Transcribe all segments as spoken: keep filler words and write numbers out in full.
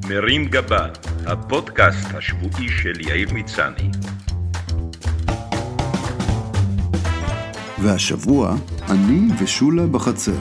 מרים גבה, הפודקאסט השבועי של יאיר מצני. והשבוע, אני ושולה בחצר.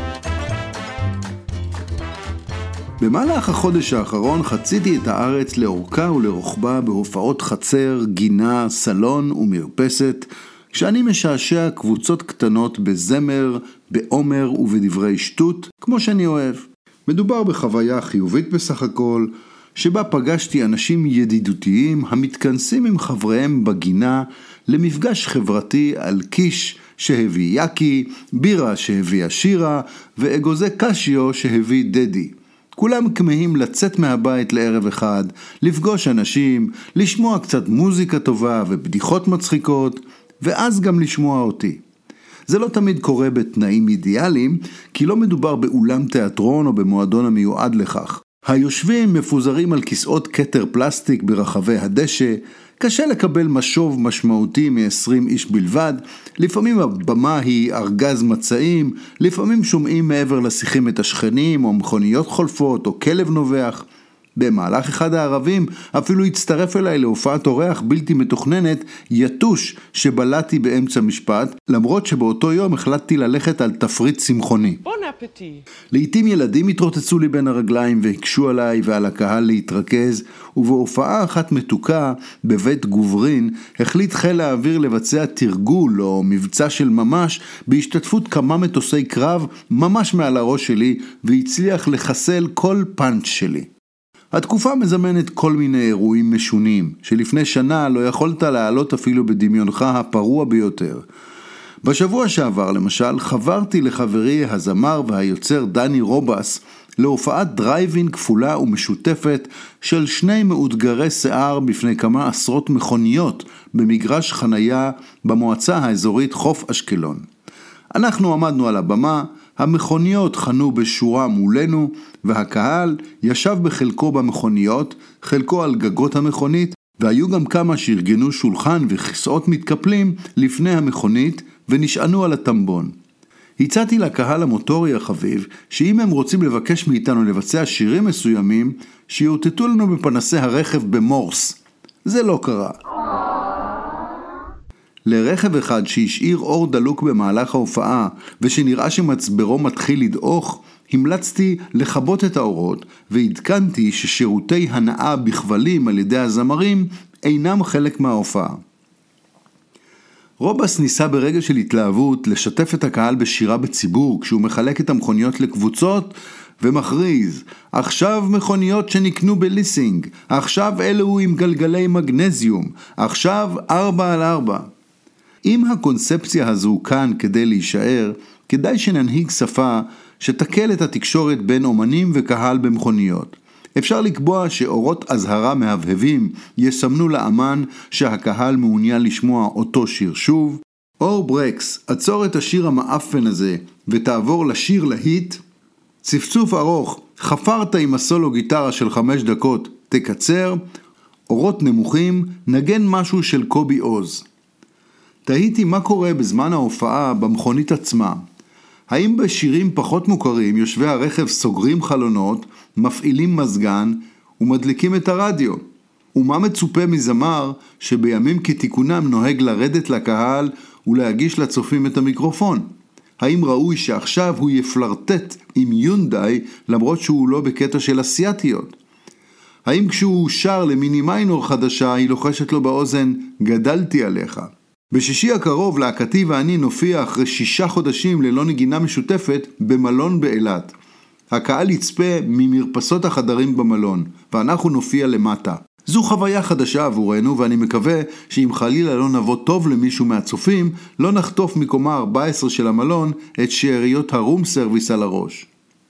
במהלך החודש האחרון חציתי את הארץ לאורכה ולרוחבה בהופעות חצר, גינה, סלון ומרפסת, כשאני משעשע קבוצות קטנות בזמר, בעומר ובדברי שטות, כמו שאני אוהב. מדובר בחוויה חיובית בסך הכל, שבה פגשתי אנשים ידידותיים המתכנסים עם חבריהם בגינה למפגש חברתי על קיש שהביא יקי, בירה שהביא שירה ואגוזי קשיו שהביא דדי. כולם כמהים לצאת מהבית לערב אחד, לפגוש אנשים, לשמוע קצת מוזיקה טובה ובדיחות מצחיקות, ואז גם לשמוע אותי. זה לא תמיד קורה בתנאים אידיאליים, כי לא מדובר באולם תיאטרון או במועדון המיועד לכך. היושבים מפוזרים על כיסאות כתר פלסטיק ברחבי הדשא, קשה לקבל משוב משמעותי מ-עשרים איש בלבד, לפעמים הבמה היא ארגז מצעים, לפעמים שומעים מעבר לשיחים את השכנים או מכוניות חולפות או כלב נובח. במהלך אחד הערבים אפילו הצטרף אליי להופעת אורח בלתי מתוכננת יתוש שבלעתי באמצע משפט, למרות שבאותו יום החלטתי ללכת על תפריט צמחוני. בון אפטי. לעתים ילדים התרוצצו לי בין הרגליים והקשו עליי ועל הקהל להתרכז, ובהופעה אחת מתוקה בבית גוברין החליט חיל האוויר לבצע תרגול או מבצע של ממש בהשתתפות כמה מטוסי קרב ממש מעל הראש שלי, והצליח לחסל כל פאנץ' שלי. התקופה מזמנת כל מיני אירועים משונים, שלפני שנה לא יכולת להעלות אפילו בדמיונך הפרוע ביותר. בשבוע שעבר למשל חברתי לחברי הזמר והיוצר דני רובס להופעת דרייבין כפולה ומשותפת של שני מאותגרי שיער בפני כמה עשרות מכוניות במגרש חנייה במועצה האזורית חוף אשקלון. אנחנו עמדנו על הבמה, המכוניות חנו בשורה מולנו, והקהל ישב בחלקו במכוניות, חלקו על גגות המכונית, והיו גם כמה שארגנו שולחן וכיסאות מתקפלים לפני המכונית ונשענו על הטמבון. הצעתי לקהל המוטורי החביב שאם הם רוצים לבקש מאיתנו לבצע שירים מסוימים, שיאותתו לנו בפנסי הרכב במורס. זה לא קרה. לרכב אחד שהשאיר אור דלוק במהלך ההופעה ושנראה שמצברו מתחיל לדעוך, המלצתי לחבות את האורות והדכנתי ששירותי הנאה בכבלים על ידי הזמרים אינם חלק מההופעה. רובס ניסה ברגע של התלהבות לשתף את הקהל בשירה בציבור כשהוא מחלק את המכוניות לקבוצות ומכריז: עכשיו מכוניות שנקנו בליסינג, עכשיו אלו עם גלגלי מגנזיום, עכשיו ארבע על ארבע. אם הקונספציה הזו כאן כדי להישאר, כדאי שננהיג שפה שתקל את התקשורת בין אומנים וקהל במכוניות. אפשר לקבוע שאורות אזהרה מהבהבים יסמנו לאמן שהקהל מעוניין לשמוע אותו שיר שוב. אור ברקס, עצור את השיר המאפן הזה ותעבור לשיר להיט. צפצוף ארוך, חפרת עם הסולו גיטרה של חמש דקות, תקצר. אורות נמוכים, נגן משהו של קובי עוז. תהיתי מה קורה בזמן ההופעה במכונית עצמה. האם בשירים פחות מוכרים יושבי הרכב סוגרים חלונות, מפעילים מזגן ומדליקים את הרדיו? ומה מצופה מזמר שבימים כתיקונם נוהג לרדת לקהל ולהגיש לצופים את המיקרופון? האם ראוי שעכשיו הוא יפלרטט עם יונדאי למרות שהוא לא בקטע של אסיאטיות? האם כשהוא שר למיני מיינור חדשה היא לוחשת לו באוזן גדלתי עליך? בשישי הקרוב להקתי ואני נופיע אחרי שישה חודשים ללא נגינה משותפת במלון באילת. הקהל יצפה ממרפסות החדרים במלון, ואנחנו נופיע למטה. זו חוויה חדשה עבורנו, ואני מקווה שאם חלילה לא נבוא טוב למישהו מהצופים, לא נחטוף מקומה ארבע עשרה של המלון את שאריות הרום סרוויס על הראש.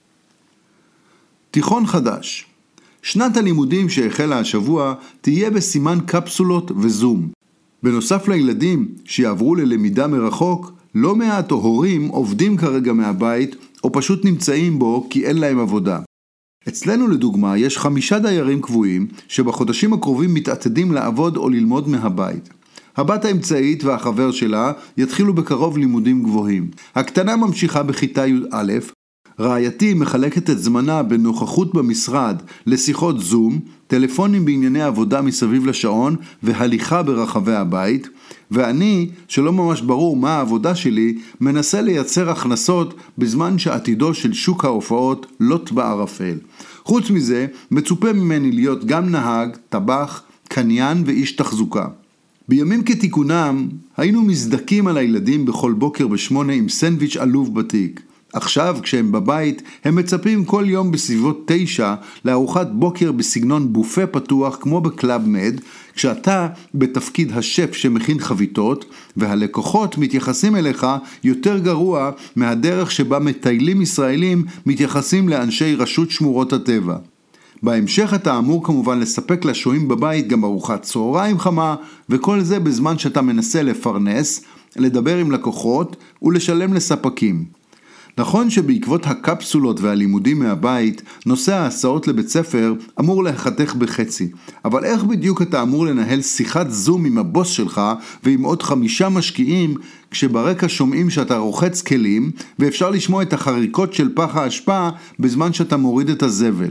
תיכון חדש. שנת הלימודים שהחלה השבוע תהיה בסימן קפסולות וזום. בנוסף לילדים שיעברו ללמידה מרחוק, לא מעט הורים עובדים כרגע מהבית או פשוט נמצאים בו כי אין להם עבודה. אצלנו לדוגמה יש חמישה דיירים קבועים שבחודשים הקרובים מתעתדים לעבוד או ללמוד מהבית. הבת האמצעית והחבר שלה יתחילו בקרוב לימודים גבוהים. הקטנה ממשיכה בכיתה י"א, רעייתי מחלקת את זמנה בנוכחות במשרד לשיחות זום, טלפונים בענייני עבודה מסביב לשעון והליכה ברחבי הבית, ואני, שלא ממש ברור מה העבודה שלי, מנסה לייצר הכנסות בזמן שעתידו של שוק ההופעות לוט בערפל. חוץ מזה, מצופה ממני להיות גם נהג, טבח, קניין ואיש תחזוקה. בימים כתיקונם, היינו מזדקים על הילדים בכל בוקר בשמונה עם סנדוויץ' עלוב בתיק. עכשיו, כשהם בבית, הם מצפים כל יום בסביבות תשע לארוחת בוקר בסגנון בופה פתוח כמו בקלאב מד, כשאתה בתפקיד השף שמכין חביתות, והלקוחות מתייחסים אליך יותר גרוע מהדרך שבה מטיילים ישראלים מתייחסים לאנשי רשות שמורות הטבע. בהמשך אתה אמור כמובן לספק לשוהים בבית גם ארוחת צהריים חמה, וכל זה בזמן שאתה מנסה לפרנס, לדבר עם לקוחות ולשלם לספקים. נכון שבעקבות הקפסולות והלימודים מהבית, נושא ההסעות לבית ספר אמור להחתך בחצי. אבל איך בדיוק אתה אמור לנהל שיחת זום עם הבוס שלך ועם עוד חמישה משקיעים, כשברקע שומעים שאתה רוחץ כלים, ואפשר לשמוע את החריקות של פח האשפה בזמן שאתה מוריד את הזבל.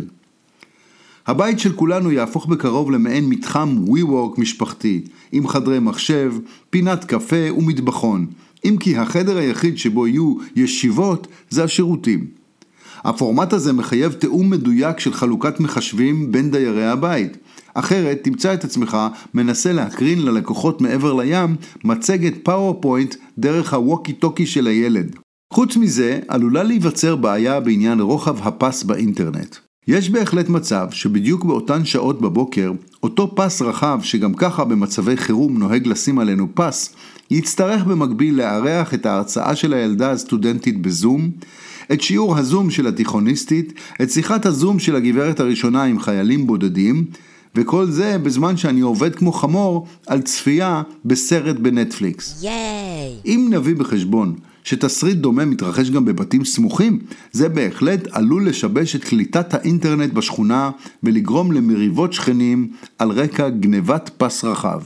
הבית של כולנו יהפוך בקרוב למעין מתחם WeWork משפחתי, עם חדרי מחשב, פינת קפה ומטבחון. אם כי החדר היחיד שבו יהיו ישיבות זה השירותים. הפורמט הזה מחייב תאום מדויק של חלוקת מחשבים בין דיירי הבית. אחרת תמצא את עצמך מנסה להקרין ללקוחות מעבר לים מצגת פאורפוינט דרך הווקי טוקי של הילד. חוץ מזה עלולה להיווצר בעיה בעניין רוחב הפס באינטרנט. יש בהחלט מצב שבדיוק באותן שעות בבוקר, אותו פס רחב שגם ככה במצבי חירום נוהג לשים עלינו פס, יצטרך במקביל לארח את ההרצאה של הילדה הסטודנטית בזום, את שיעור הזום של התיכוניסטית, את שיחת הזום של הגברת הראשונה עם חיילים בודדים, וכל זה בזמן שאני עובד כמו חמור על צפייה בסרט בנטפליקס. ייי! אם נביא בחשבון שתסריט דומה מתרחש גם בבתים סמוכים, זה בהחלט עלול לשבש את קליטת האינטרנט בשכונה ולגרום למריבות שכנים על רקע גנבת פס רחב.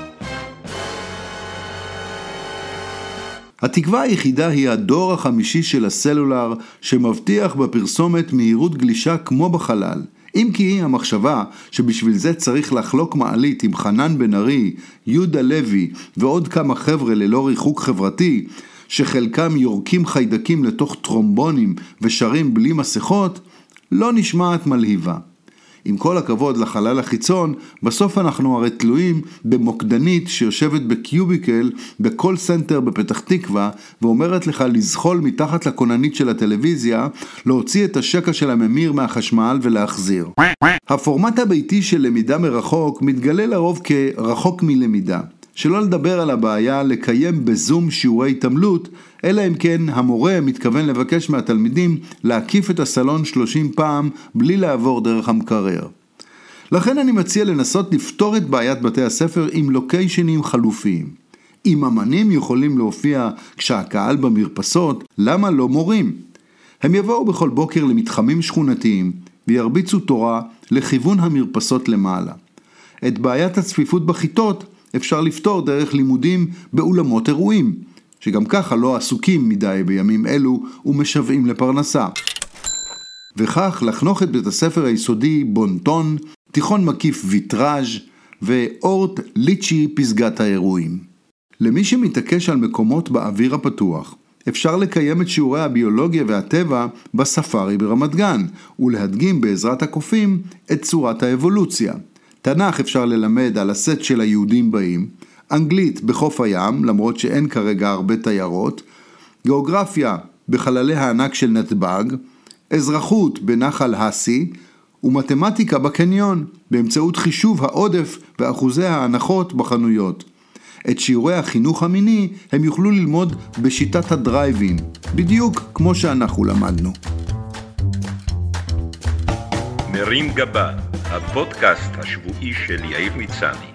התקווה היחידה היא הדור החמישי של הסלולר שמבטיח בפרסומת מהירות גלישה כמו בחלל. אם כי המחשבה שבשביל זה צריך לחלוק מעלית עם חנן בן ארי, יהודה לוי ועוד כמה חבר'ה ללא ריחוק חברתי, שחלקם יורקים חיידקים לתוך טרומבונים ושרים בלי מסכות, לא נשמעת מלהיבה. עם כל הכבוד לחלל החיצון, בסוף אנחנו הרי תלויים במוקדנית שיושבת בקיוביקל בכל סנטר בפתח תקווה, ואומרת לך לזחול מתחת לכוננית של הטלוויזיה, להוציא את השקע של הממיר מהחשמל ולהחזיר. הפורמט הביתי של למידה מרחוק מתגלה לרוב כרחוק מלמידה. שלא לדבר על הבעיה לקיים בזום שיעורי התעמלות, אלא אם כן המורה מתכוון לבקש מהתלמידים להקיף את הסלון שלושים פעם בלי לעבור דרך המקרר. לכן אני מציע לנסות לפתור את בעיית בתי הספר עם לוקיישנים חלופיים. אם אמנים יכולים להופיע כשהקהל במרפסות, למה לא מורים? הם יבואו בכל בוקר למתחמים שכונתיים וירביצו תורה לכיוון המרפסות למעלה. את בעיית הצפיפות בכיתות אפשר לפתור דרך לימודים באולמות אירועים, שגם ככה לא עסוקים מדי בימים אלו ומשוועים לפרנסה. וכך לחנוך את בית הספר היסודי בונטון, תיכון מקיף ויטראז' ואורט ליצ'י פסגת האירועים. למי שמתעקש על מקומות באוויר הפתוח, אפשר לקיים את שיעורי הביולוגיה והטבע בספארי ברמת גן, ולהדגים בעזרת הקופים את צורת האבולוציה. תנ"ך אפשר ללמד על הסט של היהודים באים, אנגלית בחוף הים, למרות שאין כרגע הרבה תיירות, גיאוגרפיה בחללי הענק של נתב"ג, אזרחות בנחל הסי, ומתמטיקה בקניון, באמצעות חישוב העודף ואחוזי ההנחות בחנויות. את שיעורי החינוך המיני הם יוכלו ללמוד בשיטת הדרייבין, בדיוק כמו שאנחנו למדנו. מרים גבה, הפודקאסט השבועי של יאיר מצני.